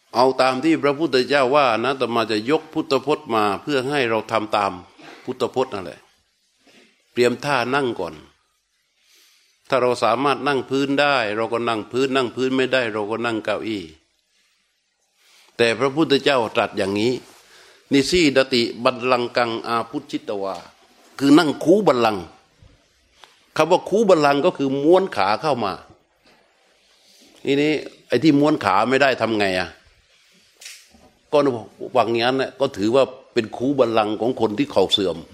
เอาตามที่พระพุทธเจ้าว่านะอาตมาจะยกพุทธพจน์มาเพื่อให้เราทำตามพุทธพจน์นั่นแหละเตรียมท่านั่งก่อนถ้าเราสามารถนั่งพื้นได้เราก็นั่งพื้นนั่งพื้นไม่ได้เราก็นั่งเก้าอี้แต่พระพุทธเจ้าตรัสอย่างนี้นิสีดติบัลลังกังอาพุชิตวาคือนั่งคูบัลลังก์คำว่าคูบัลลังก์ก็คือม้วนขาเข้ามาทีนี้ไอ้ที่ม้วนขาไม่ได้ทำไงอ่ะก็วังนี้นะก็ถือว่าเป็นคูบัลลังก์ของคนที่เข่าเสื่อม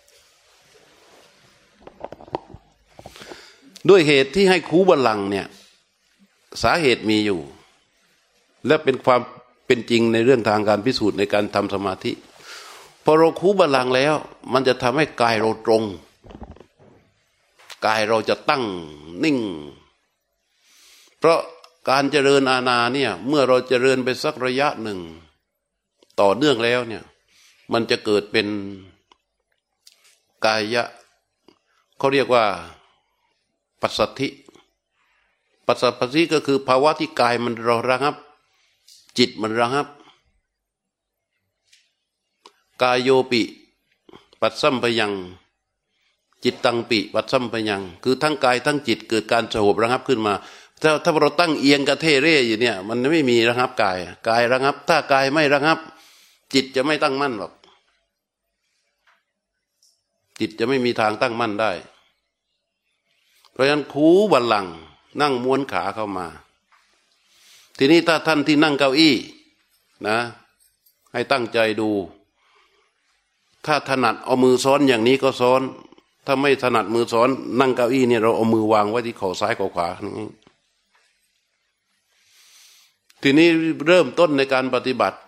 ด้วยเหตุที่ให้คูบัลลังก์เนี่ยสาเหตุมีอยู่และเป็นความเป็นจริงในเรื่องทางการพิสูจน์ในการทำสมาธิพอเราคูบัลลังก์แล้วมันจะทำให้กายเราตรงกายเราจะตั้งนิ่งเพราะการเจริญอานาเนี่ยเมื่อเราเจริญไปสักระยะหนึ่งต่อเนื่องแล้วเนี่ยมันจะเกิดเป็นกายะเขาเรียกว่าปัสสัทธิปัสสัทธิก็คือภาวะที่กายมันระงับจิตมันระงับกายโยปิปัสสัมปยังจิตตังปิปัสสัมปยังคือทั้งกายทั้งจิตเกิดการสงบระงับขึ้นมาถ้าเราตั้งเอียงกระเทเร่อยู่เนี่ยมันไม่มีระงับกายกายระงับถ้ากายไม่ระงับจิตจะไม่ตั้งมั่นหรอกจิตจะไม่มีทางตั้งมั่นได้เพราะฉะนั้นคูบัลลังก์นั่งม้วนขาเข้ามาทีนี้ถ้าท่านที่นั่งเก้าอี้นะให้ตั้งใจดูถ้าถนัดเอามือซ้อนอย่างนี้ก็ซ้อนถ้าไม่ถนัดมือซ้อนนั่งเก้าอี้เนี่ยเราเอามือวางไว้ที่เข่าซ้ายเข่าขวาทีนี้เริ่มต้นในการปฏิบัติ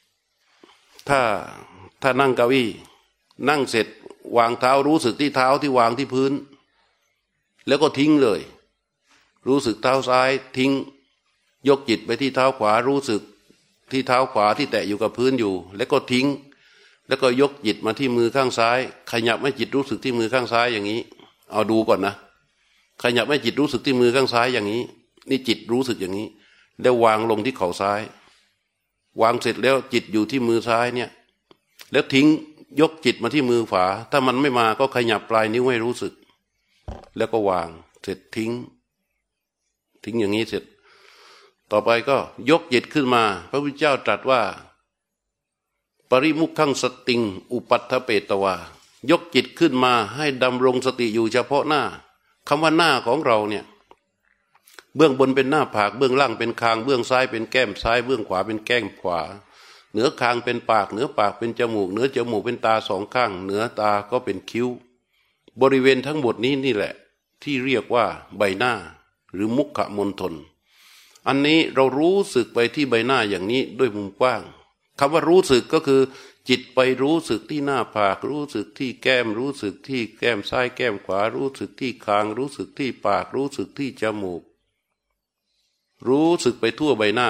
ถ้านั่งเก้าอี้นั่งเสร็จวางเท้ารู้สึกที่เท้าที่วางที่พื้นแล้วก็ทิ้งเลยรู้สึกเท้าซ้ายทิ้งยกจิตไปที่เท้าขวารู้สึกที่เท้าขวาที่แตะอยู่กับพื้นอยู่แล้วก็ทิ้งแล้วก็ยกจิตมาที่มือข้างซ้ายขยับให้จิตรู้สึกที่มือข้างซ้ายอย่างนี้เอาดูก่อนนะขยับให้จิตรู้สึกที่มือข้างซ้ายอย่างนี้นี่จิตรู้สึกอย่างนี้แล้ววางลงที่เข่าซ้ายวางเสร็จแล้วจิตอยู่ที่มือซ้ายเนี่ยแล้วทิ้งยกจิตมาที่มือขวาถ้ามันไม่มาก็ขยับปลายนิ้วให้รู้สึกแล้วก็วางเสร็จทิ้งอย่างนี้เสร็จต่อไปก็ยกจิตขึ้นมาพระพุทธเจ้าตรัสว่าปริมุขขังสติงอุปัฏฐเปตวายกจิตขึ้นมาให้ดำรงสติอยู่เฉพาะหน้าคำว่าหน้าของเราเนี่ยเบื้องบนเป็นหน้าผากเบื้องล่างเป็นคางเบื้องซ้ายเป็นแก้มซ้ายเบื้องขวาเป็นแก้มขวาเหนือคางเป็นปากเหนือปากเป็นจมูกเหนือจมูกเป็นตาสองข้างเหนือตาก็เป็นคิ้วบริเวณทั้งหมดนี้นี่แหละที่เรียกว่าใบหน้าหรือมุขมณฑลอันนี้เรารู้สึกไปที่ใบหน้าอย่างนี้ด้วยมุมกว้างคำว่ารู้สึกก็คือจิตไปรู้สึกที่หน้าผากรู้สึกที่แก้มรู้สึกที่แก้มซ้ายแก้มขวารู้สึกที่คางรู้สึกที่ปากรู้สึกที่จมูกรู้สึกไปทั่วใบหน้า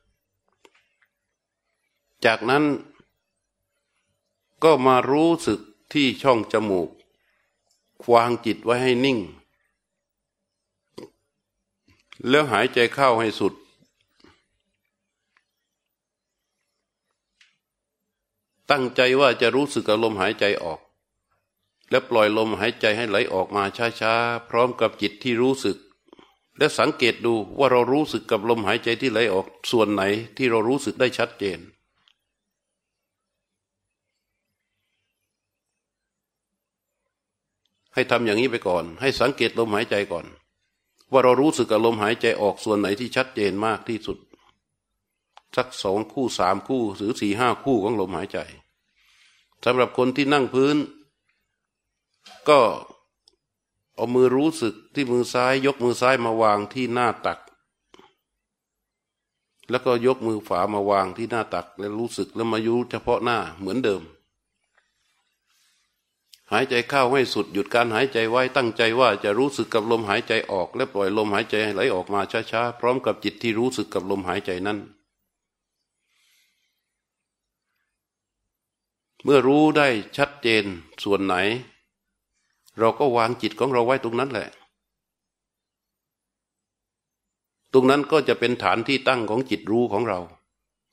จากนั้นก็มารู้สึกที่ช่องจมูกวางจิตไว้ให้นิ่งแล้วหายใจเข้าให้สุดตั้งใจว่าจะรู้สึกกับลมหายใจออกแล้วปล่อยลมหายใจให้ไหลออกมาช้าๆพร้อมกับจิตที่รู้สึกและสังเกตดูว่าเรารู้สึกกับลมหายใจที่ไหลออกส่วนไหนที่เรารู้สึกได้ชัดเจนให้ทำอย่างนี้ไปก่อนให้สังเกตลมหายใจก่อนว่าเรารู้สึกกับลมหายใจออกส่วนไหนที่ชัดเจนมากที่สุดสัก2 คู่3 คู่หรือ4 5 คู่ของลมหายใจสำหรับคนที่นั่งพื้นก็เอามือรู้สึกที่มือซ้ายยกมือซ้ายมาวางที่หน้าตักแล้วก็ยกมือขวามาวางที่หน้าตักแล้วรู้สึกแล้วมารู้เฉพาะหน้าเหมือนเดิมหายใจเข้าให้สุดหยุดการหายใจไว้ตั้งใจว่าจะรู้สึกกับลมหายใจออกและปล่อยลมหายใจไหลออกมาช้าๆพร้อมกับจิตที่รู้สึกกับลมหายใจนั้นเมื่อรู้ได้ชัดเจนส่วนไหนเราก็วางจิตของเราไว้ตรงนั้นแหละตรงนั้นก็จะเป็นฐานที่ตั้งของจิตรู้ของเรา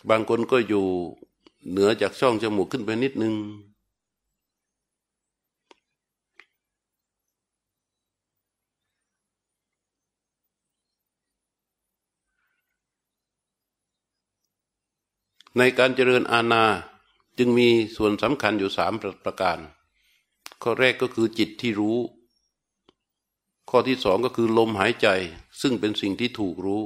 บางคนก็อยู่เหนือจากช่องจมูกขึ้นไปนิดนึงในการเจริญอานาจึงมีส่วนสำคัญอยู่3 ประการข้อแรกก็คือจิตที่รู้ข้อที่2ก็คือลมหายใจซึ่งเป็นสิ่งที่ถูกรู้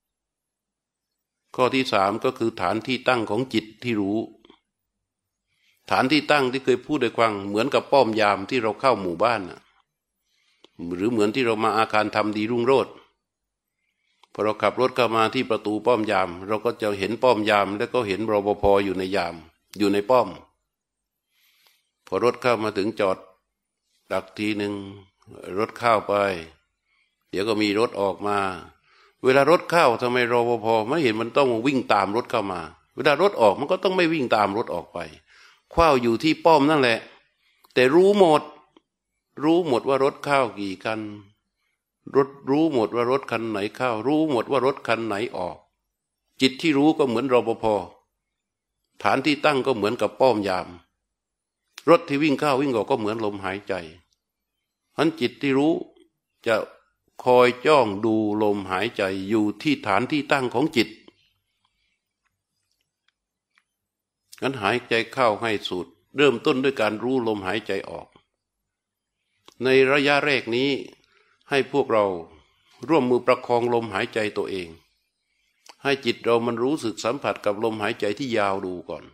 ข้อที่3ก็คือฐานที่ตั้งของจิตที่รู้ฐานที่ตั้งที่เคยพูดได้ฟังเหมือนกับป้อมยามที่เราเข้าหมู่บ้านหรือเหมือนที่เรามาอาคารทำดีรุ่งโรจน์พอเราขับรถเข้ามาที่ประตูป้อมยามเราก็จะเห็นป้อมยามแล้วก็เห็นรปภ.อยู่ในยามอยู่ในป้อมพอรถเข้ามาถึงจอดดักทีหนึ่งรถเข้าไปเดี๋ยวก็มีรถออกมาเวลารถเข้าทำไมรปภ.ไม่เห็นมันต้องวิ่งตามรถเข้ามาเวลารถออกมันก็ต้องไม่วิ่งตามรถออกไปคว้าอยู่ที่ป้อมนั่นแหละแต่รู้หมดว่ารถเข้ากี่คันรู้หมดว่ารถคันไหนเข้ารู้หมดว่ารถคันไหนออกจิตที่รู้ก็เหมือนรปภ.ฐานที่ตั้งก็เหมือนกับป้อมยามรถที่วิ่งเข้าวิ่งออกก็เหมือนลมหายใจฉะนั้นจิตที่รู้จะคอยจ้องดูลมหายใจอยู่ที่ฐานที่ตั้งของจิตงั้นหายใจเข้าให้สุดเริ่มต้นด้วยการรู้ลมหายใจออกในระยะแรกนี้ให้พวกเราร่วมมือประคองลมหายใจตัวเองให้จิตเรามันรู้สึกสัมผัสกับลมหายใจที่ยาวดูก่อน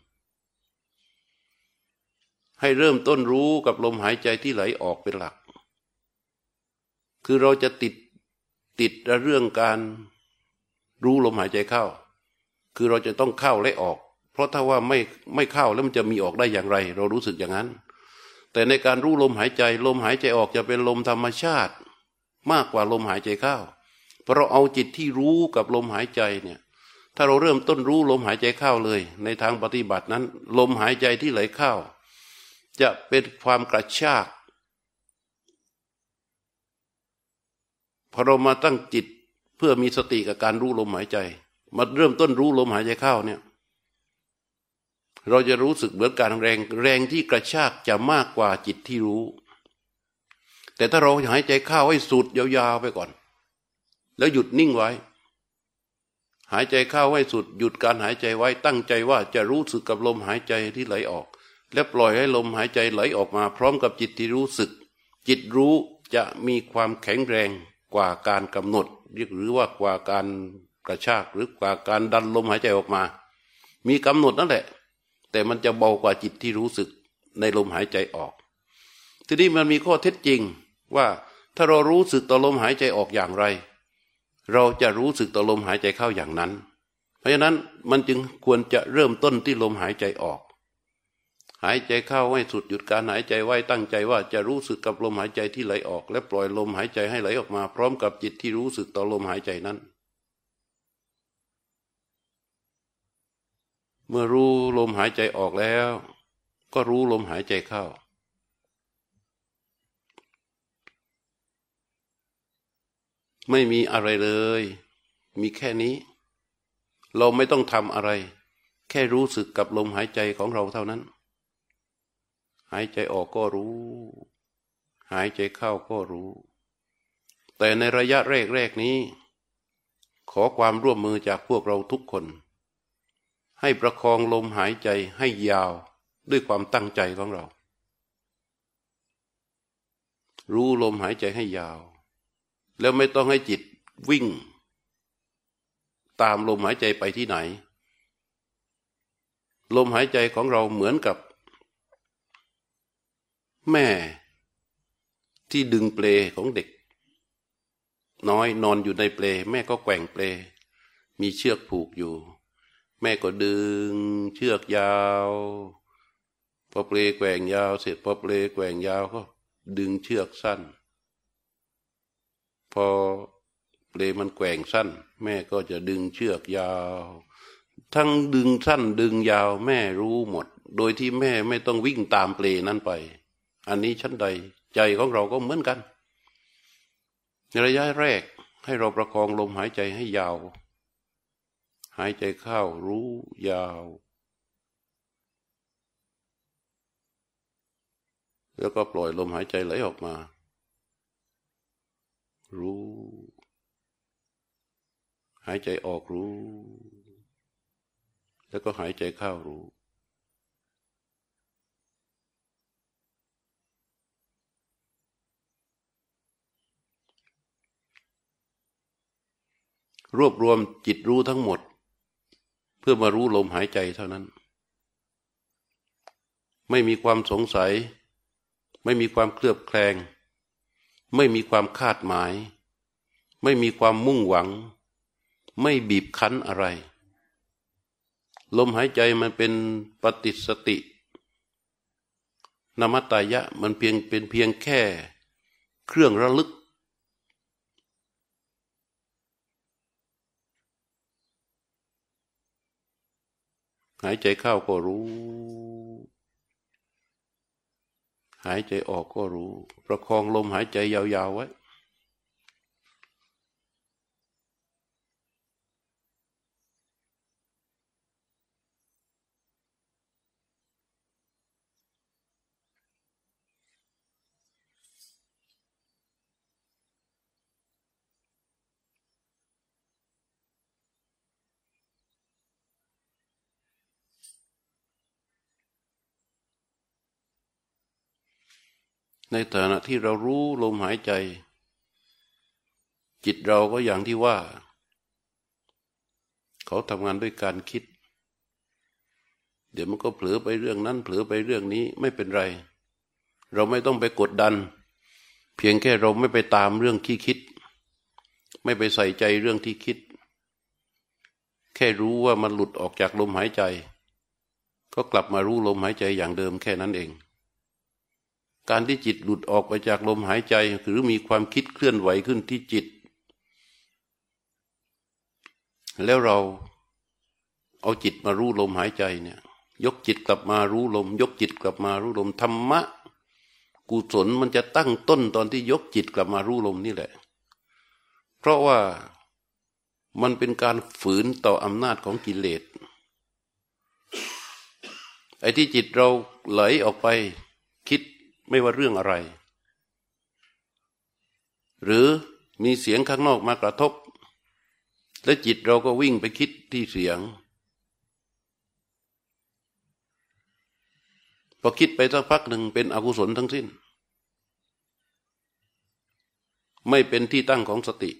ให้เริ่มต้นรู้กับลมหายใจที่ไหลออกเป็นหลักคือเราจะติดเรื่องการรู้ลมหายใจเข้าคือเราจะต้องเข้าและออกเพราะถ้าว่าไม่เข้าแล้วมันจะมีออกได้อย่างไรเรารู้สึกอย่างนั้นแต่ในการรู้ลมหายใจออกจะเป็นลมธรรมชาติมากกว่าลมหายใจเข้าเพราะเราเอาจิตที่รู้กับลมหายใจเนี่ยถ้าเราเริ่มต้นรู้ลมหายใจเข้าเลยในทางปฏิบัตินั้นลมหายใจที่ไหลเข้าจะเป็นความกระชากพอเรามาตั้งจิตเพื่อมีสติกับการรู้ลมหายใจมาเริ่มต้นรู้ลมหายใจเข้าเนี่ยเราจะรู้สึกเหมือนการแรงที่กระชากจะมากกว่าจิตที่รู้แต่ถ้าเราหายใจเข้าให้สุดยาวๆไปก่อนแล้วหยุดนิ่งไว้หายใจเข้าให้สุดหยุดการหายใจไว้ตั้งใจว่าจะรู้สึกกับลมหายใจที่ไหลออกและปล่อยให้ลมหายใจไหลออกมาพร้อมกับจิตที่รู้สึกจิตรู้จะมีความแข็งแรงกว่าการกำหนดหรือว่ากว่าการกระชากหรือกว่าการดันลมหายใจออกมามีกำหนดนั่นแหละแต่มันจะเบากว่าจิตที่รู้สึกในลมหายใจออกทีนี้มันมีข้อเท็จจริงว่าถ้าเรารู้สึกต่อลมหายใจออกอย่างไรเราจะรู้สึกต่อลมหายใจเข้าอย่างนั้นเพราะฉะนั้นมันจึงควรจะเริ่มต้นที่ลมหายใจออกหายใจเข้าให้สุดหยุดการหายใจไว้ตั้งใจว่าจะรู้สึกกับลมหายใจที่ไหลออกและปล่อยลมหายใจให้ไหลออกมาพร้อมกับจิตที่รู้สึกต่อลมหายใจนั้นเมื่อรู้ลมหายใจออกแล้วก็รู้ลมหายใจเข้าไม่มีอะไรเลยมีแค่นี้เราไม่ต้องทำอะไรแค่รู้สึกกับลมหายใจของเราเท่านั้นหายใจออกก็รู้หายใจเข้าก็รู้แต่ในระยะแรกนี้ขอความร่วมมือจากพวกเราทุกคนให้ประคองลมหายใจให้ยาวด้วยความตั้งใจของเรารู้ลมหายใจให้ยาวแล้วไม่ต้องให้จิตวิ่งตามลมหายใจไปที่ไหนลมหายใจของเราเหมือนกับแม่ที่ดึงเปลของเด็กน้อยนอนอยู่ในเปลแม่ก็แกว่งเปลมีเชือกผูกอยู่แม่ก็ดึงเชือกยาวพอเปลแกว่งยาวเสร็จพอเปลแกว่งยาวก็ดึงเชือกสั้นพอเปลมันแกว่งสั้นแม่ก็จะดึงเชือกยาวทั้งดึงสั้นดึงยาวแม่รู้หมดโดยที่แม่ไม่ต้องวิ่งตามเปลนั้นไปอันนี้ชั้นใดใจของเราก็เหมือนกันในระยะแรกให้เราประคองลมหายใจให้ยาวหายใจเข้ารู้ยาวแล้วก็ปล่อยลมหายใจไหลออกมารู้หายใจออกรู้แล้วก็หายใจเข้ารู้รวบรวมจิตรู้ทั้งหมดเพื่อมารู้ลมหายใจเท่านั้นไม่มีความสงสัยไม่มีความเคลือบแคลงไม่มีความคาดหมายไม่มีความมุ่งหวังไม่บีบคั้นอะไรลมหายใจมันเป็นปฏิสตินมัตตายะมันเป็นเพียงแค่เครื่องระลึกหายใจเข้าก็รู้หายใจออกก็รู้ประคองลมหายใจยาวๆไว้ในฐานะที่เรารู้ลมหายใจจิตเราก็อย่างที่ว่าเขาทำงานด้วยการคิดเดี๋ยวมันก็เผลอไปเรื่องนั้นเผลอไปเรื่องนี้ไม่เป็นไรเราไม่ต้องไปกดดันเพียงแค่เราไม่ไปตามเรื่องที่คิดไม่ไปใส่ใจเรื่องที่คิดแค่รู้ว่ามันหลุดออกจากลมหายใจก็กลับมารู้ลมหายใจอย่างเดิมแค่นั้นเองการที่จิตหลุดออกไปจากลมหายใจหรือมีความคิดเคลื่อนไหวขึ้นที่จิตแล้วเราเอาจิตมารู้ลมหายใจเนี่ยยกจิตกลับมารู้ลมยกจิตกลับมารู้ลมธรรมะกุศลมันจะตั้งต้นตอนที่ยกจิตกลับมารู้ลมนี่แหละเพราะว่ามันเป็นการฝืนต่ออำนาจของกิเลสไอ้ที่จิตเราไหลออกไปคิดไม่ว่าเรื่องอะไรหรือมีเสียงข้างนอกมากระทบและจิตเราก็วิ่งไปคิดที่เสียงพอคิดไปสักพักหนึ่งเป็นอกุศลทั้งสิ้นไม่เป็นที่ตั้งของสติ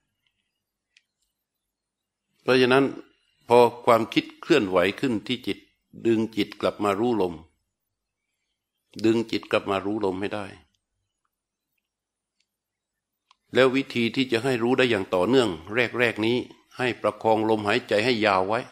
เพราะฉะนั้นพอความคิดเคลื่อนไหวขึ้นที่จิตดึงจิตกลับมารู้ลมดึงจิตกลับมารู้ลมให้ได้แล้ววิธีที่จะให้รู้ได้อย่างต่อเนื่องแรกนี้ให้ประคองลมหายใจให้ยาวไว้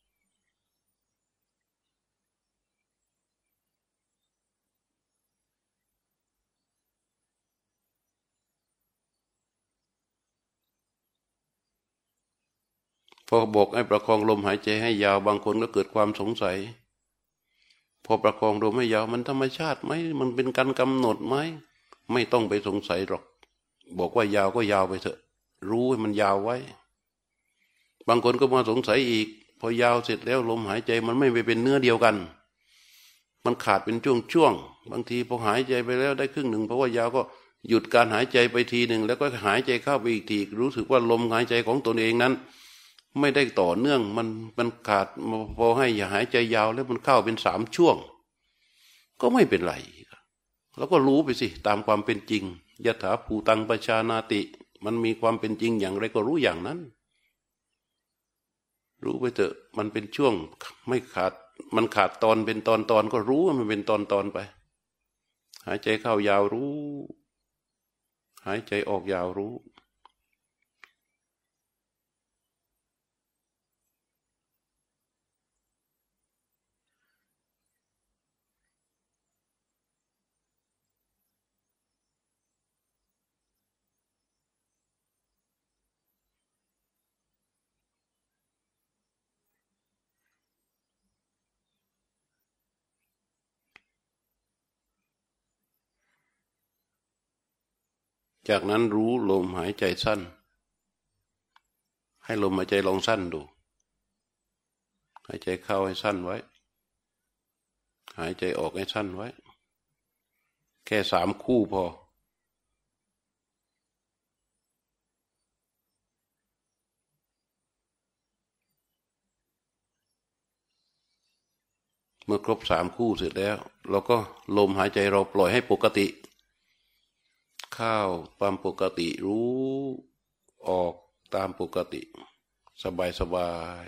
พอบอกให้ประคองลมหายใจให้ยาวบางคนก็เกิดความสงสัยพอประคองลมให้ยาวมันธรรมชาติไหมมันเป็นการกำหนดไหมไม่ต้องไปสงสัยหรอกบอกว่ายาวก็ยาวไปเถอะรู้ให้มันยาวไว้บางคนก็มาสงสัยอีกพอยาวเสร็จแล้วลมหายใจมันไม่ไปเป็นเนื้อเดียวกันมันขาดเป็นช่วงๆบางทีพอหายใจไปแล้วได้ครึ่งหนึ่งเพราะว่ายาวก็หยุดการหายใจไปทีหนึ่งแล้วก็หายใจเข้าไปอีกทีรู้สึกว่าลมหายใจของตนเองนั้นไม่ได้ต่อเนื่องมันขาดพอให้อย่าหายใจยาวแล้วมันเข้าเป็น3 ช่วงก็ไม่เป็นไรแล้วก็รู้ไปสิตามความเป็นจริงยถาภูตังปชานาติมันมีความเป็นจริงอย่างไรก็รู้อย่างนั้นรู้ไปเถอะมันเป็นช่วงไม่ขาดมันขาดตอนเป็นตอนก็รู้ว่ามันเป็นตอนไปหายใจเข้ายาวรู้หายใจออกยาวรู้จากนั้นรู้ลมหายใจสั้นให้ลมหายใจลองสั้นดูหายใจเข้าให้สั้นไว้หายใจออกให้สั้นไว้แค่3 คู่พอเมื่อครบ3 คู่เสร็จแล้วเราก็ลมหายใจเราปล่อยให้ปกติเข้าตามปกติรู้ออกตามปกติสบายสบาย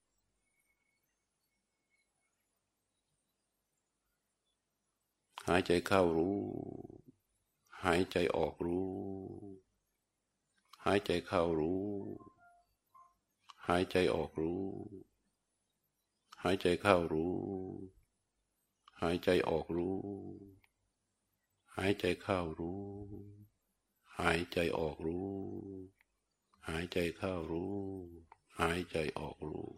หายใจเข้ารู้หายใจออกรู้หายใจเข้ารู้หายใจออกรู้หายใจเข้ารู้หายใจออกรู้หายใจเข้ารู้หายใจออกรู้หายใจเข้ารู้หายใจออกรู้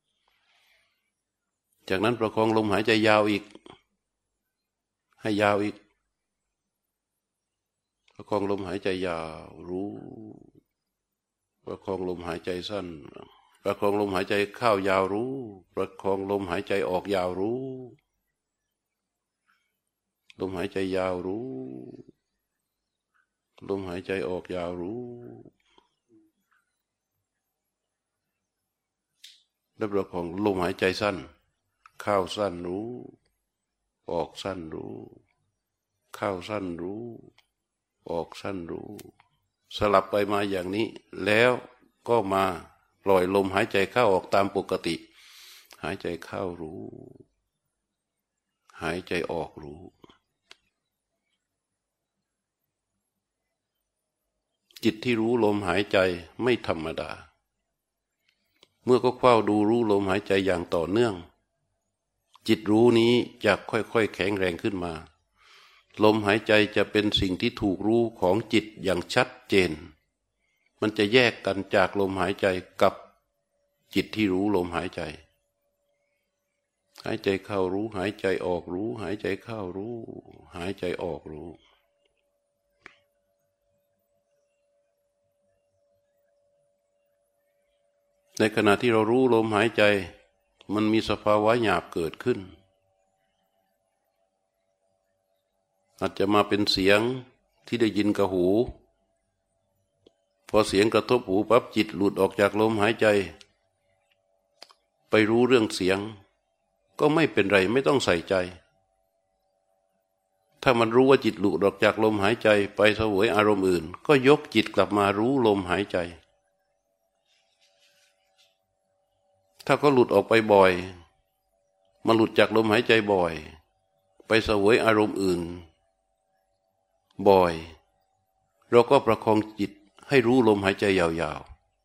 จากนั้นประคองลมหายใจยาวอีกให้ยาวอีกประคองลมหายใจยาวรู้ประคองลมหายใจสั้นประคองลมหายใจเข้ายาวรู้ประคองลมหายใจออกยาวรู้ลมหายใจยาวรู้ลมหายใจออกยาวรู้แล้วประคองลมหายใจสั้นเข้าสั้นรู้ออกสั้นรู้เข้าสั้นรู้ออกสั้นรู้สลับไปมาอย่างนี้แล้วก็มาปล่อยลมหายใจเข้าออกตามปกติหายใจเข้ารู้หายใจออกรู้จิตที่รู้ลมหายใจไม่ธรรมดาเมื่อก็เฝ้าดูรู้ลมหายใจอย่างต่อเนื่องจิตรู้นี้จะค่อยๆแข็งแรงขึ้นมาลมหายใจจะเป็นสิ่งที่ถูกรู้ของจิตอย่างชัดเจนมันจะแยกกันจากลมหายใจกับจิตที่รู้ลมหายใจหายใจเข้ารู้หายใจออกรู้หายใจเข้ารู้หายใจออกรู้ในขณะที่เรารู้ลมหายใจมันมีสภาวะหยาบเกิดขึ้นอาจจะมาเป็นเสียงที่ได้ยินกับหูพอเสียงกระทบหูปั๊บจิตหลุดออกจากลมหายใจไปรู้เรื่องเสียงก็ไม่เป็นไรไม่ต้องใส่ใจถ้ามันรู้ว่าจิตหลุดออกจากลมหายใจไปเสวยอารมณ์อื่นก็ยกจิตกลับมารู้ลมหายใจถ้าก็หลุดออกไปบ่อยมาหลุดจากลมหายใจบ่อยไปเสวยอารมณ์อื่นบ่อยเราก็ประคองจิตให้รู้ลมหายใจยาว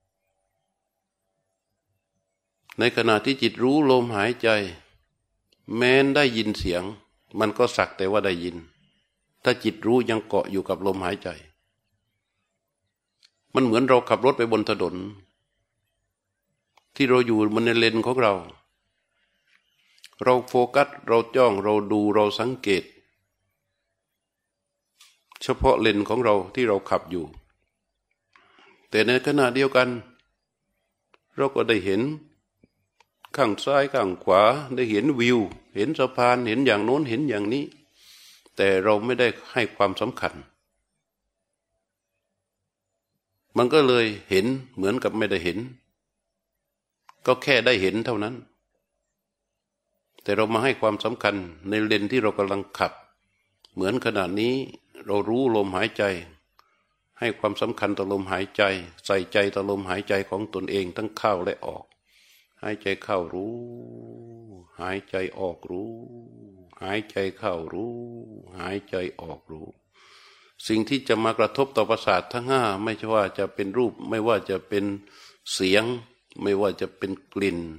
ๆในขณะที่จิตรู้ลมหายใจแม้นได้ยินเสียงมันก็สักแต่ว่าได้ยินถ้าจิตรู้ยังเกาะอยู่กับลมหายใจมันเหมือนเราขับรถไปบนถนนที่เราอยู่บนในเลนของเราโฟกัสเราจ้องเราดูเราสังเกตเฉพาะเลนของเราที่เราขับอยู่แต่ในขณะเดียวกันเราก็ได้เห็นข้างซ้ายข้างขวาได้เห็นวิวเห็นสะพานเห็นอย่างโน้นเห็นอย่างนี้แต่เราไม่ได้ให้ความสำคัญมันก็เลยเห็นเหมือนกับไม่ได้เห็นก็แค่ได้เห็นเท่านั้นแต่เรามาให้ความสำคัญในเลนที่เรากำลังขับเหมือนขณะนี้เรารู้ลมหายใจให้ความสำคัญต่อลมหายใจใส่ใจต่อลมหายใจของตนเองทั้งเข้าและออกหายใจเข้ารู้หายใจออกรู้หายใจเข้ารู้หายใจออกรู้สิ่งที่จะมากระทบต่อประสาททั้งห้าไม่ใช่ว่าจะเป็นรูปไม่ว่าจะเป็นเสียงไม่ว่าจะเป็นกลิ่น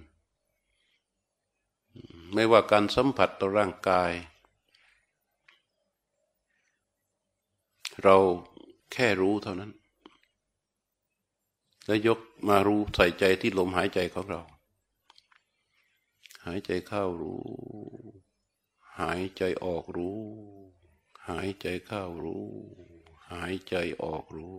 ไม่ว่าการสัมผัสต่อร่างกายเราแค่รู้เท่านั้นแล้วยกมารู้ใส่ใจที่ลมหายใจของเราหายใจเข้ารู้หายใจออกรู้หายใจเข้ารู้หายใจออกรู้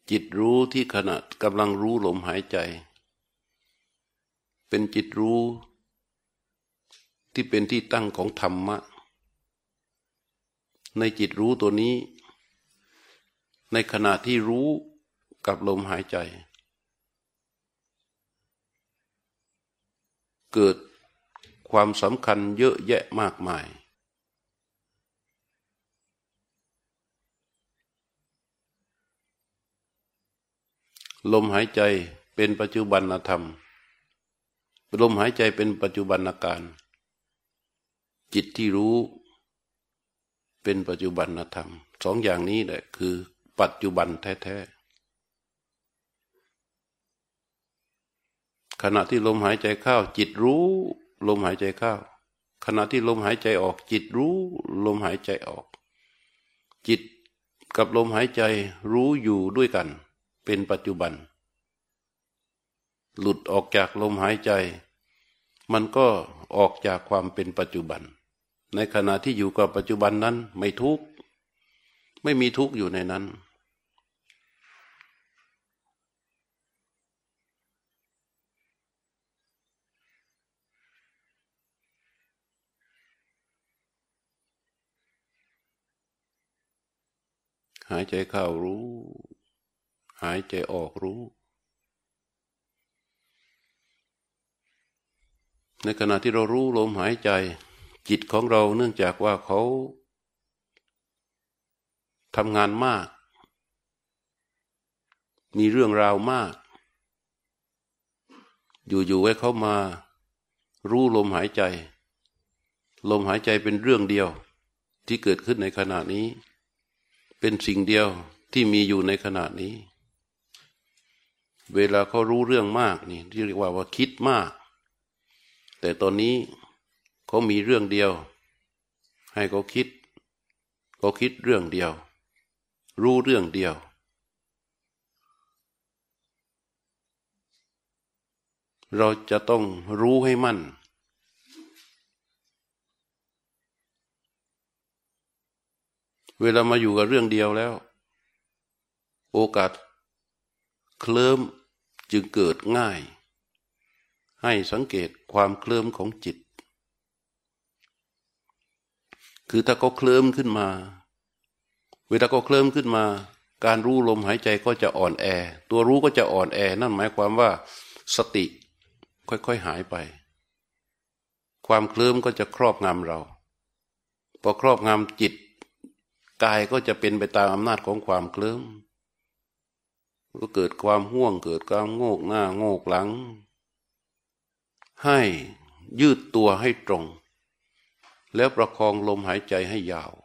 จิตรู้ที่ขณะกำลังรู้ลมหายใจเป็นจิตรู้ที่เป็นที่ตั้งของธรรมะในจิตรู้ตัวนี้ในขณะที่รู้กับลมหายใจเกิดความสำคัญเยอะแยะมากมายลมหายใจเป็นปัจจุบันธรรมลมหายใจเป็นปัจจุบันการจิตที่รู้เป็นปัจจุบันธรรมสองอย่างนี้แหละคือปัจจุบันแท้ๆขณะที่ลมหายใจเข้าจิตรู้ลมหายใจเข้าขณะที่ลมหายใจออกจิตรู้ลมหายใจออกจิตกับลมหายใจรู้อยู่ด้วยกันเป็นปัจจุบันหลุดออกจากลมหายใจมันก็ออกจากความเป็นปัจจุบันในขณะที่อยู่กับปัจจุบันนั้นไม่ทุกข์ไม่มีทุกข์อยู่ในนั้นหายใจเข้ารู้หายใจออกรู้ในขณะที่เรารู้ลมหายใจจิตของเราเนื่องจากว่าเขาทำงานมากมีเรื่องราวมากอยู่ๆให้เขามารู้ลมหายใจลมหายใจเป็นเรื่องเดียวที่เกิดขึ้นในขณะนี้เป็นสิ่งเดียวที่มีอยู่ในขณะนี้เวลาเขารู้เรื่องมากนี่ที่เรียกว่าคิดมากแต่ตอนนี้เขามีเรื่องเดียวให้เขาคิดเรื่องเดียวรู้เรื่องเดียวเราจะต้องรู้ให้มั่นเวลามาอยู่กับเรื่องเดียวแล้วโอกาสเคลิ้มจึงเกิดง่ายให้สังเกตความเคลิ้มของจิตคือถ้าเขาเคลิ้มขึ้นมาเวลาเขาเคลิ้มขึ้นมาการรู้ลมหายใจก็จะอ่อนแอตัวรู้ก็จะอ่อนแอนั่นหมายความว่าสติค่อยๆหายไปความเคลิ้มก็จะครอบงำเราพอครอบงำจิตกายก็จะเป็นไปตามอำนาจของความเคลิ้มก็เกิดความห่วงเกิดความโงกหน้าโงกหลังให้ยืดตัวให้ตรงแล้วประคองลมหายใจให้ยาว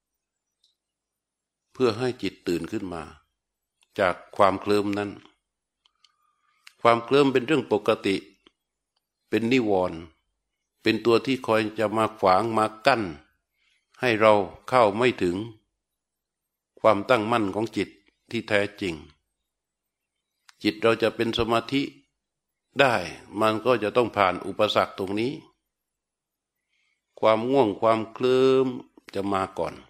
เพื่อให้จิตตื่นขึ้นมาจากความเคลิ้มนั้นความเคลิ้มเป็นเรื่องปกติเป็นนิวรณ์เป็นตัวที่คอยจะมาขวางมากั้นให้เราเข้าไม่ถึงความตั้งมั่นของจิตที่แท้จริงจิตเราจะเป็นสมาธิได้มันก็จะต้องผ่านอุปสรรคตรงนี้ความง่วงความเคลิ้มจะมาก่อน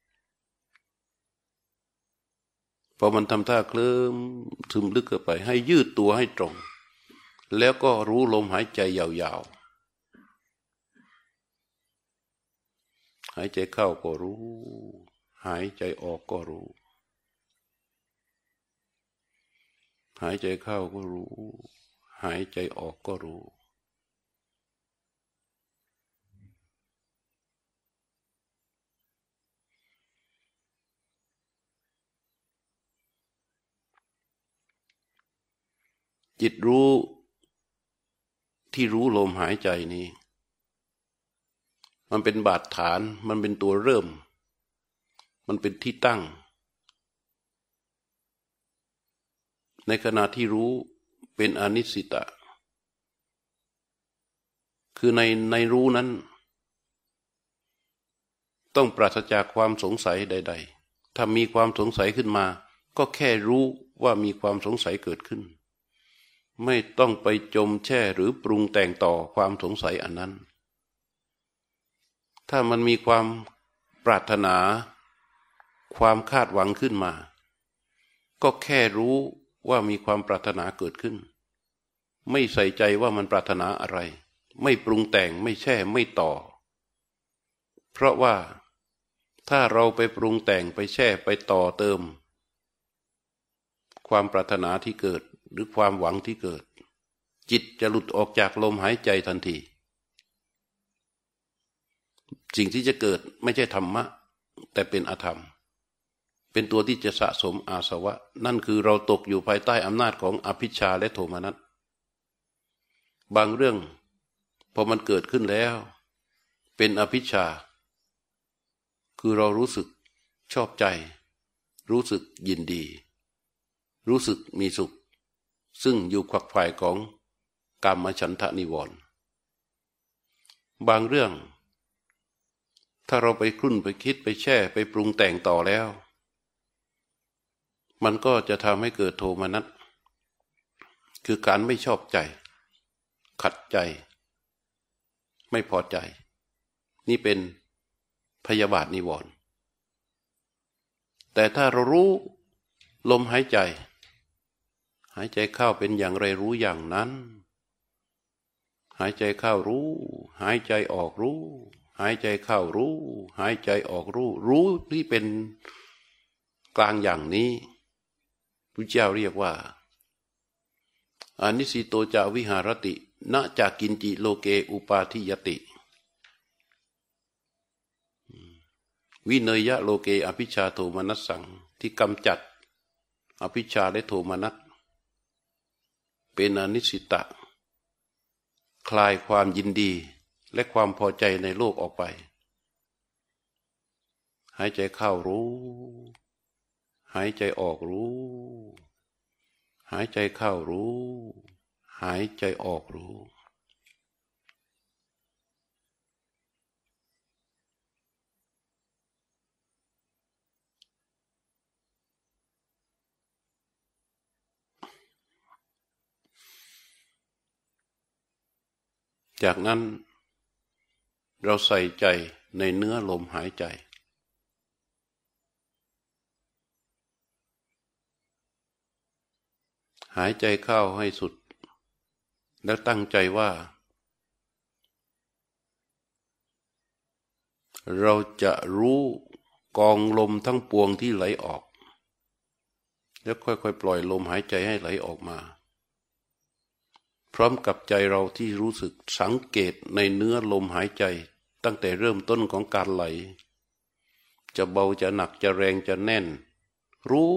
พอมันทำท่าเคลิ้มซึมลึกเข้าไปให้ยืดตัวให้ตรงแล้วก็รู้ลมหายใจยาวๆหายใจเข้าก็รู้หายใจออกก็รู้หายใจเข้าก็รู้หายใจออกก็รู้จิตรู้ที่รู้ลมหายใจนี้มันเป็นบาดฐานมันเป็นตัวเริ่มมันเป็นที่ตั้งในขณะที่รู้เป็นอนิสสิตะคือในรู้นั้นต้องปราศจากความสงสัยใดๆถ้ามีความสงสัยขึ้นมาก็แค่รู้ว่ามีความสงสัยเกิดขึ้นไม่ต้องไปจมแช่หรือปรุงแต่งต่อความสงสัยอันนั้นถ้ามันมีความปรารถนาความคาดหวังขึ้นมาก็แค่รู้ว่ามีความปรารถนาเกิดขึ้นไม่ใส่ใจว่ามันปรารถนาอะไรไม่ปรุงแต่งไม่แช่ไม่ต่อเพราะว่าถ้าเราไปปรุงแต่งไปแช่ไปต่อเติมความปรารถนาที่เกิดหรือความหวังที่เกิดจิตจะหลุดออกจากลมหายใจทันทีสิ่งที่จะเกิดไม่ใช่ธรรมะแต่เป็นอธรรมเป็นตัวที่จะสะสมอาสวะนั่นคือเราตกอยู่ภายใต้อำนาจของอภิชฌาและโทมนัสบางเรื่องพอมันเกิดขึ้นแล้วเป็นอภิชฌาคือเรารู้สึกชอบใจรู้สึกยินดีรู้สึกมีสุขซึ่งอยู่ขวักไขว่ของกามฉันทะนิวรณ์บางเรื่องถ้าเราไปครุ่นไปคิดไปแช่ไปปรุงแต่งต่อแล้วมันก็จะทำให้เกิดโทมนัสคือการไม่ชอบใจขัดใจไม่พอใจนี่เป็นพยาบาทนิวรณ์แต่ถ้าเรารู้ลมหายใจหายใจเข้าเป็นอย่างไรรู้อย่างนั้นหายใจเข้ารู้หายใจออกรู้หายใจเข้ารู้หายใจออกรู้รู้ที่เป็นกลางอย่างนี้พระเจ้าเรียกว่าอานิสิโตจาวิหารติณจากกินจิโลเกอุปาทิยติวิเนยะโลเกอภิชฌาโทมนัสสังที่กำจัดอภิชฌาและโทมนัสเป็นอนิสิตะคลายความยินดีและความพอใจในโลกออกไปหายใจเข้ารู้หายใจออกรู้หายใจเข้ารู้หายใจออกรู้จากนั้นเราใส่ใจในเนื้อลมหายใจหายใจเข้าให้สุดแล้วตั้งใจว่าเราจะรู้กองลมทั้งปวงที่ไหลออกแล้วค่อยๆปล่อยลมหายใจให้ไหลออกมาพร้อมกับใจเราที่รู้สึกสังเกตในเนื้อลมหายใจตั้งแต่เริ่มต้นของการไหลจะเบาจะหนักจะแรงจะแน่นรู้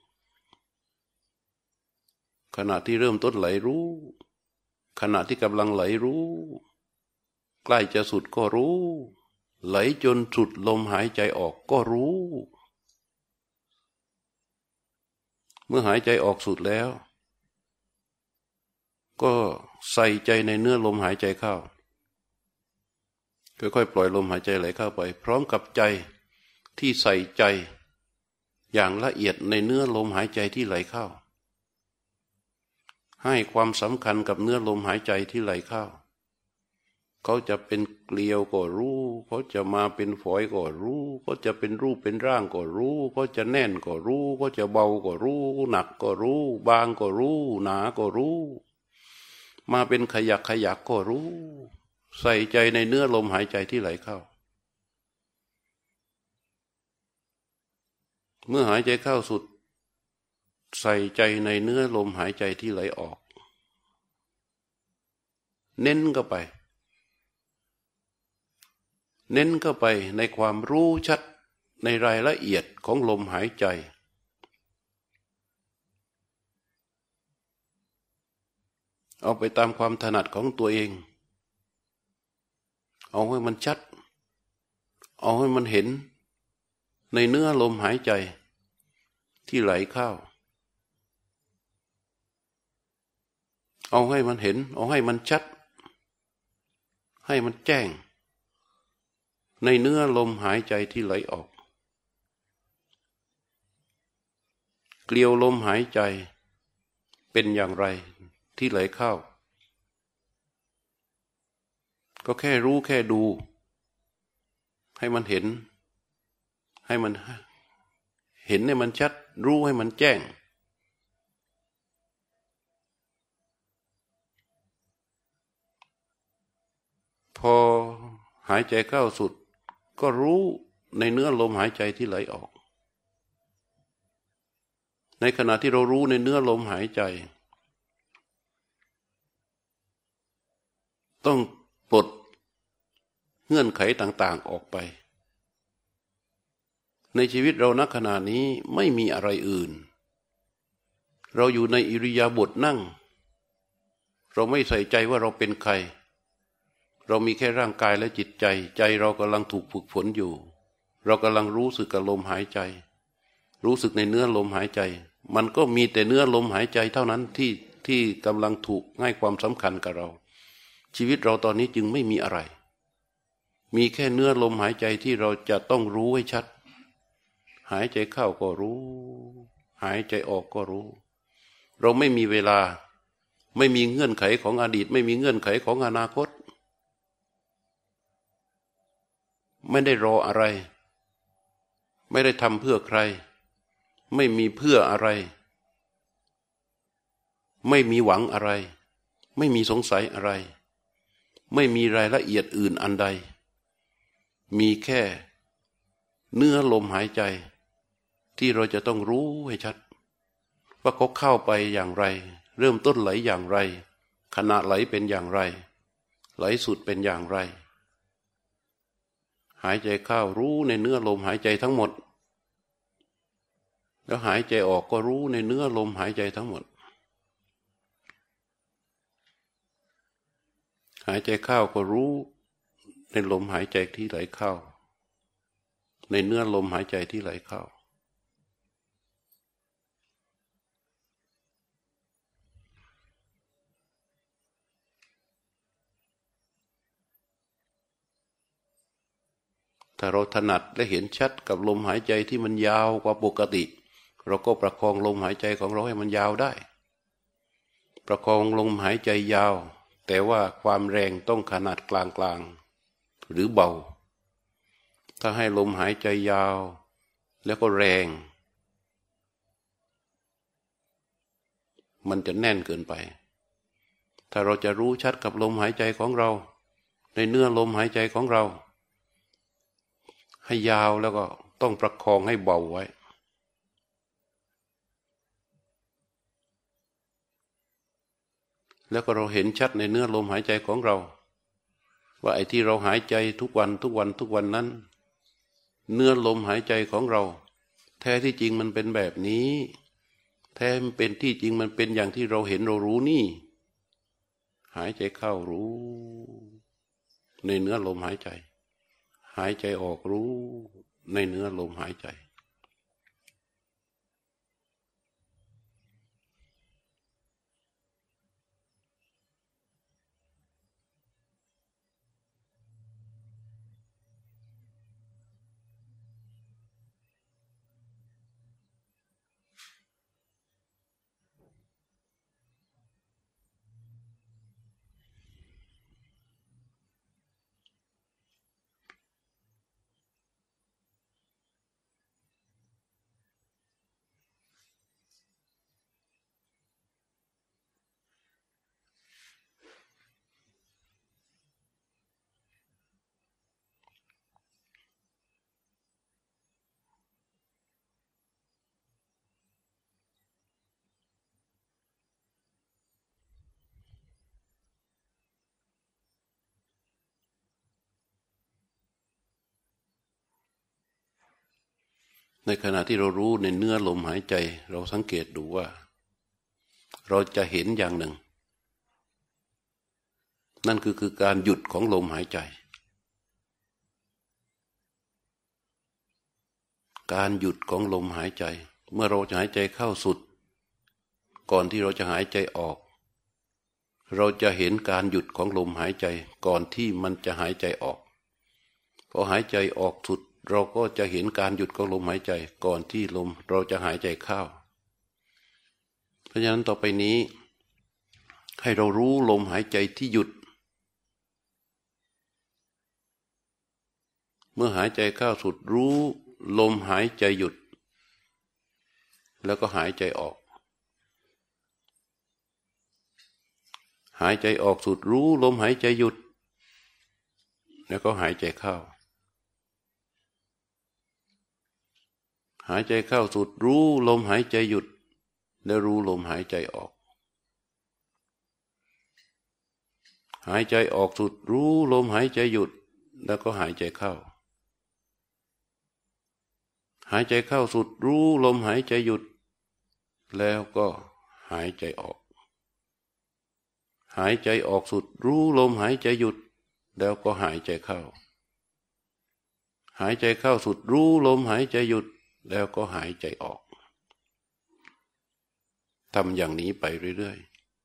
ขณะที่เริ่มต้นไหลรู้ขณะที่กำลังไหลรู้ใกล้จะสุดก็รู้ไหลจนสุดลมหายใจออกก็รู้เมื่อหายใจออกสุดแล้วก็ใส่ใจในเนื้อลมหายใจเข้าค่อยๆปล่อยลมหายใจไหลเข้าไปพร้อมกับใจที่ใส่ใจอย่างละเอียดในเนื้อลมหายใจที่ไหลเข้าให้ความสำคัญกับเนื้อลมหายใจที่ไหลเข้าเขาจะเป็นเกลียวก็รู้เขาจะมาเป็นฝอยก็รู้เขาจะเป็นรูปเป็นร่างก็รู้เขาจะแน่นก็รู้เขาจะเบาก็รู้หนักก็รู้บางก็รู้หนาก็รู้มาเป็นขยักขยักก็รู้ใส่ใจในเนื้อลมหายใจที่ไหลเข้าเมื่อหายใจเข้าสุดใส่ใจในเนื้อลมหายใจที่ไหลออกเน้นเข้าไปเน้นเข้าไปในความรู้ชัดในรายละเอียดของลมหายใจเอาไปตามความถนัดของตัวเองเอาให้มันชัดเอาให้มันเห็นในเนื้อลมหายใจที่ไหลเข้าเอาให้มันเห็นเอาให้มันชัดให้มันแจ้งในเนื้อลมหายใจที่ไหลออกเกลียวลมหายใจเป็นอย่างไรที่ไหลเข้าก็แค่รู้แค่ดูให้มันเห็นให้มันเห็นให้มันชัดรู้ให้มันแจ้งพอหายใจเข้าสุดก็รู้ในเนื้อลมหายใจที่ไหลออกในขณะที่เรารู้ในเนื้อลมหายใจต้องปลดเงื่อนไขต่างๆออกไปในชีวิตเราณขณะนี้ไม่มีอะไรอื่นเราอยู่ในอิริยาบถนั่งเราไม่ใส่ใจว่าเราเป็นใครเรามีแค่ร่างกายและจิตใจใจเรากำลังถูกฝึกฝนอยู่เรากำลังรู้สึกกับลมหายใจรู้สึกในเนื้อลมหายใจมันก็มีแต่เนื้อลมหายใจเท่านั้นที่กำลังถูกให้ความสำคัญกับเราชีวิตเราตอนนี้จึงไม่มีอะไรมีแค่เนื้อลมหายใจที่เราจะต้องรู้ให้ชัดหายใจเข้าก็รู้หายใจออกก็รู้เราไม่มีเวลาไม่มีเงื่อนไขของอดีตไม่มีเงื่อนไขของอนาคตไม่ได้รออะไรไม่ได้ทำเพื่อใครไม่มีเพื่ออะไรไม่มีหวังอะไรไม่มีสงสัยอะไรไม่มีรายละเอียดอื่นอันใดมีแค่เนื้อลมหายใจที่เราจะต้องรู้ให้ชัดว่าเขาเข้าไปอย่างไรเริ่มต้นไหลอย่างไรขณะไหลเป็นอย่างไรไหลสุดเป็นอย่างไรหายใจเข้ารู้ในเนื้อลมหายใจทั้งหมดแล้วหายใจออกก็รู้ในเนื้อลมหายใจทั้งหมดหายใจเข้าก็รู้ในลมหายใจที่ไหลเข้าในเนื้อลมหายใจที่ไหลเข้าถ้าเราถนัดและเห็นชัดกับลมหายใจที่มันยาวกว่าปกติเราก็ประคองลมหายใจของเราให้มันยาวได้ประคองลมหายใจยาวแต่ว่าความแรงต้องขนาดกลางๆหรือเบาถ้าให้ลมหายใจยาวแล้วก็แรงมันจะแน่นเกินไปถ้าเราจะรู้ชัดกับลมหายใจของเราในเนื้อลมหายใจของเราให้ยาวแล้วก็ต้องประคองให้เบาไว้แล้วก็เราเห็นชัดในเนื้อลมหายใจของเราว่าไอ้ที่เราหายใจทุกวันนั้นเนื้อลมหายใจของเราแท้ที่จริงมันเป็นแบบนี้แท้มันเป็นที่จริงมันเป็นอย่างที่เราเห็นเรารู้นี่หายใจเข้ารู้ในเนื้อลมหายใจหายใจออกรู้ในเนื้อลมหายใจในขณะที่เรารู้ในเนื้อลมหายใจเราสังเกตดูว่าเราจะเห็นอย่างหนึ่งนั่นคือการหยุดของลมหายใจการหยุดของลมหายใจเมื่อเราจะหายใจเข้าสุดก่อนที่เราจะหายใจออกเราจะเห็นการหยุดของลมหายใจก่อนที่มันจะหายใจออกพอหายใจออกสุดเราก็จะเห็นการหยุดของลมหายใจก่อนที่ลมเราจะหายใจเข้าเพราะฉะนั้นต่อไปนี้ให้เรารู้ลมหายใจที่หยุดเมื่อหายใจเข้าสุดรู้ลมหายใจหยุดแล้วก็หายใจออกหายใจออกสุดรู้ลมหายใจหยุดแล้วก็หายใจเข้าหายใจเข้าสุดรู้ลมหายใจหยุดแล้วรู้ลมหายใจออกหายใจออกสุดรู้ลมหายใจหยุดแล้วก็หายใจเข้าหายใจเข้าสุดรู้ลมหายใจหยุดแล้วก็หายใจออกหายใจออกสุดรู้ลมหายใจหยุดแล้วก็หายใจเข้าหายใจเข้าสุดรู้ลมหายใจหยุดแล้วก็หายใจออกทำอย่างนี้ไปเรื่อย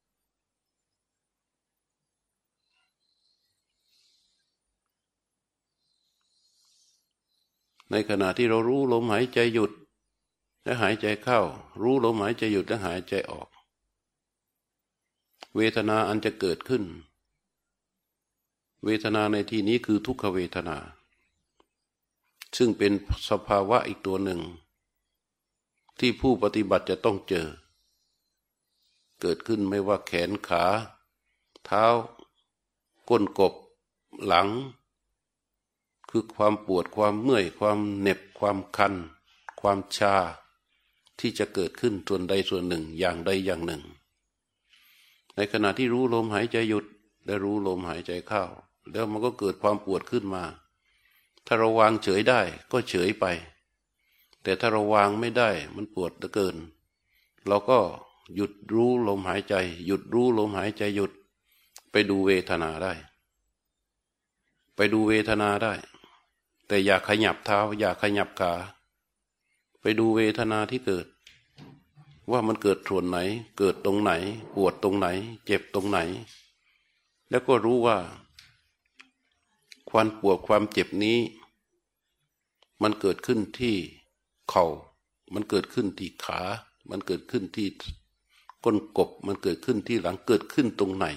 ๆในขณะที่เรารู้ลมหายใจหยุดและหายใจเข้ารู้ลมหายใจหยุดและหายใจออกเวทนาอันจะเกิดขึ้นเวทนาในที่นี้คือทุกขเวทนาซึ่งเป็นสภาวะอีกตัวหนึ่งที่ผู้ปฏิบัติจะต้องเจอเกิดขึ้นไม่ว่าแขนขาเท้าก้นกบหลังคือความปวดความเมื่อยความเหน็บความคันความชาที่จะเกิดขึ้นส่วนใดส่วนหนึ่งอย่างใดอย่างหนึ่งในขณะที่รู้ลมหายใจหยุดและรู้ลมหายใจเข้าแล้วมันก็เกิดความปวดขึ้นมาถ้าเราวางเฉยได้ก็เฉยไปแต่ถ้าเราวางไม่ได้มันปวดเหลือเกินเราก็หยุดรู้ลมหายใจหยุดรู้ลมหายใจหยุดไปดูเวทนาได้ไปดูเวทนาได้แต่อย่าขยับเท้าอย่าขยับขาไปดูเวทนาที่เกิดว่ามันเกิดส่วนไหนเกิดตรงไหนปวดตรงไหนเจ็บตรงไหนแล้วก็รู้ว่าความปวดความเจ็บนี้มันเกิดขึ้นที่เข่ามันเกิดขึ้นที่ขามันเกิดขึ้นที่ก้นกบมันเกิดขึ้นที่หลังเกิดขึ้นตรงไหน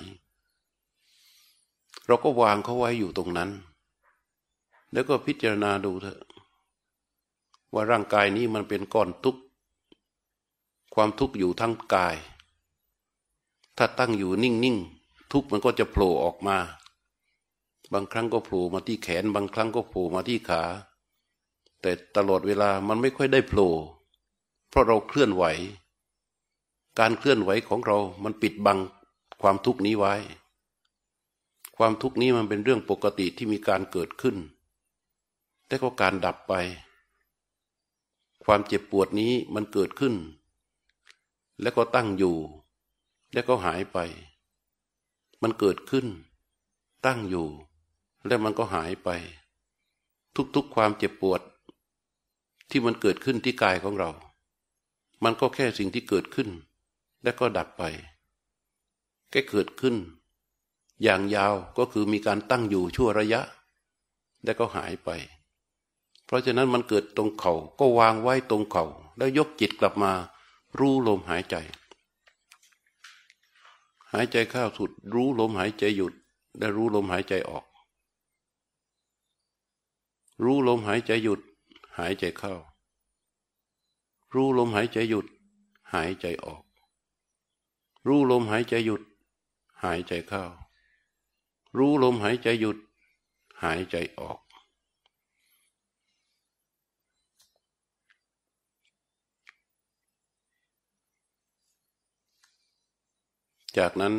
เราก็วางเขาไว้อยู่ตรงนั้นแล้วก็พิจารณาดูเถอะว่าร่างกายนี้มันเป็นก้อนทุกข์ความทุกข์อยู่ทั้งกายถ้าตั้งอยู่นิ่งๆทุกข์มันก็จะโผล่ออกมาบางครั้งก็โผล่มาที่แขนบางครั้งก็โผล่มาที่ขาแต่ตลอดเวลามันไม่ค่อยได้โผล่เพราะเราเคลื่อนไหวการเคลื่อนไหวของเรามันปิดบังความทุกข์นี้ไว้ความทุกข์นี้มันเป็นเรื่องปกติที่มีการเกิดขึ้นแต่ก็การดับไปความเจ็บปวดนี้มันเกิดขึ้นแล้วก็ตั้งอยู่แล้วก็หายไปมันเกิดขึ้นตั้งอยู่แล้วมันก็หายไปทุกๆความเจ็บปวดที่มันเกิดขึ้นที่กายของเรามันก็แค่สิ่งที่เกิดขึ้นแล้วก็ดับไปแค่เกิดขึ้นอย่างยาวก็คือมีการตั้งอยู่ชั่วระยะแล้วก็หายไปเพราะฉะนั้นมันเกิดตรงเข่าก็วางไว้ตรงเข่าแล้วยกจิตกลับมารู้ลมหายใจหายใจเข้าสุดรู้ลมหายใจหยุดและรู้ลมหายใจออกรู้ลมหายใจหยุดหายใจเข้ารู้ลมหายใจหยุดหายใจออกรู้ลมหายใจหยุดหายใจเข้ารู้ลมหายใจหยุดหายใจออกจากนั้น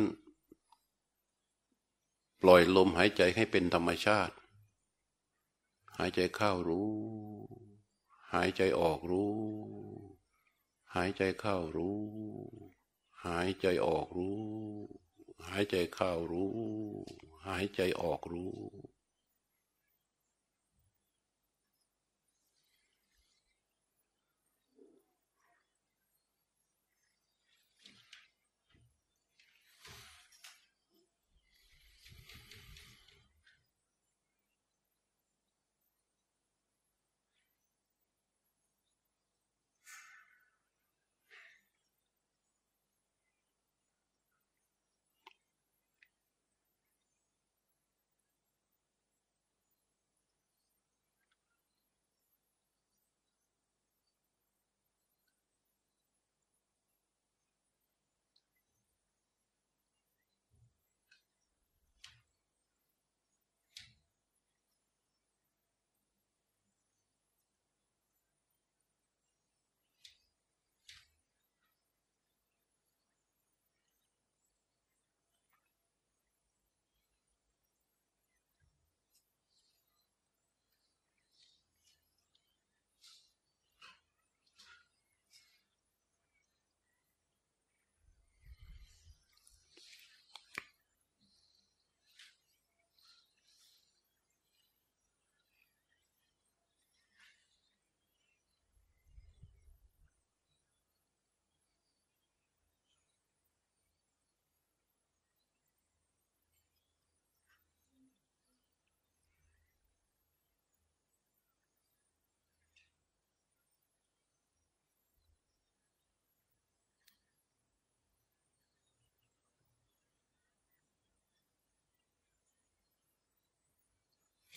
ปล่อยลมหายใจให้เป็นธรรมชาติหายใจเข้ารู้หายใจออกรู้หายใจเข้ารู้หายใจออกรู้หายใจเข้ารู้หายใจออกรู้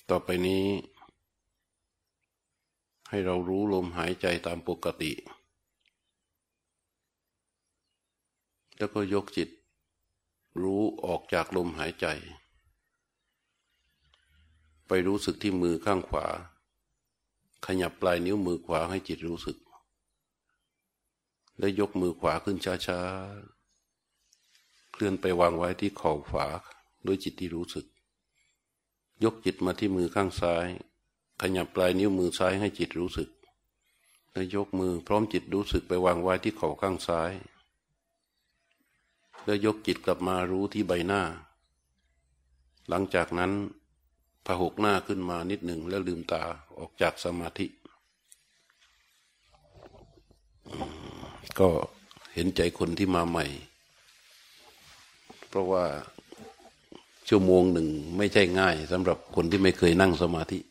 ต่อไปนี้ให้เรารู้ลมหายใจตามปกติแล้วก็ยกจิตรู้ออกจากลมหายใจไปรู้สึกที่มือข้างขวาขยับปลายนิ้วมือขวาให้จิตรู้สึกแล้วยกมือขวาขึ้นช้าๆเคลื่อนไปวางไว้ที่เข่าขวาด้วยจิตที่รู้สึกยกจิตมาที่มือข้างซ้ายขยับปลายนิ้วมือซ้ายให้จิตรู้สึกแล้วยกมือพร้อมจิตรู้สึกไปวางไว้ที่เข่าข้างซ้ายแล้วยกจิตกลับมารู้ที่ใบหน้าหลังจากนั้นพหกหน้าขึ้นมานิดหนึ่งแล้วลืมตาออกจากสมาธิก็เห็นใจคนที่มาใหม่เพราะว่าชั่วโมงหนึ่งไม่ใช่ง่ายสำหรับคนที่ไม่เคยนั่งสมาธิ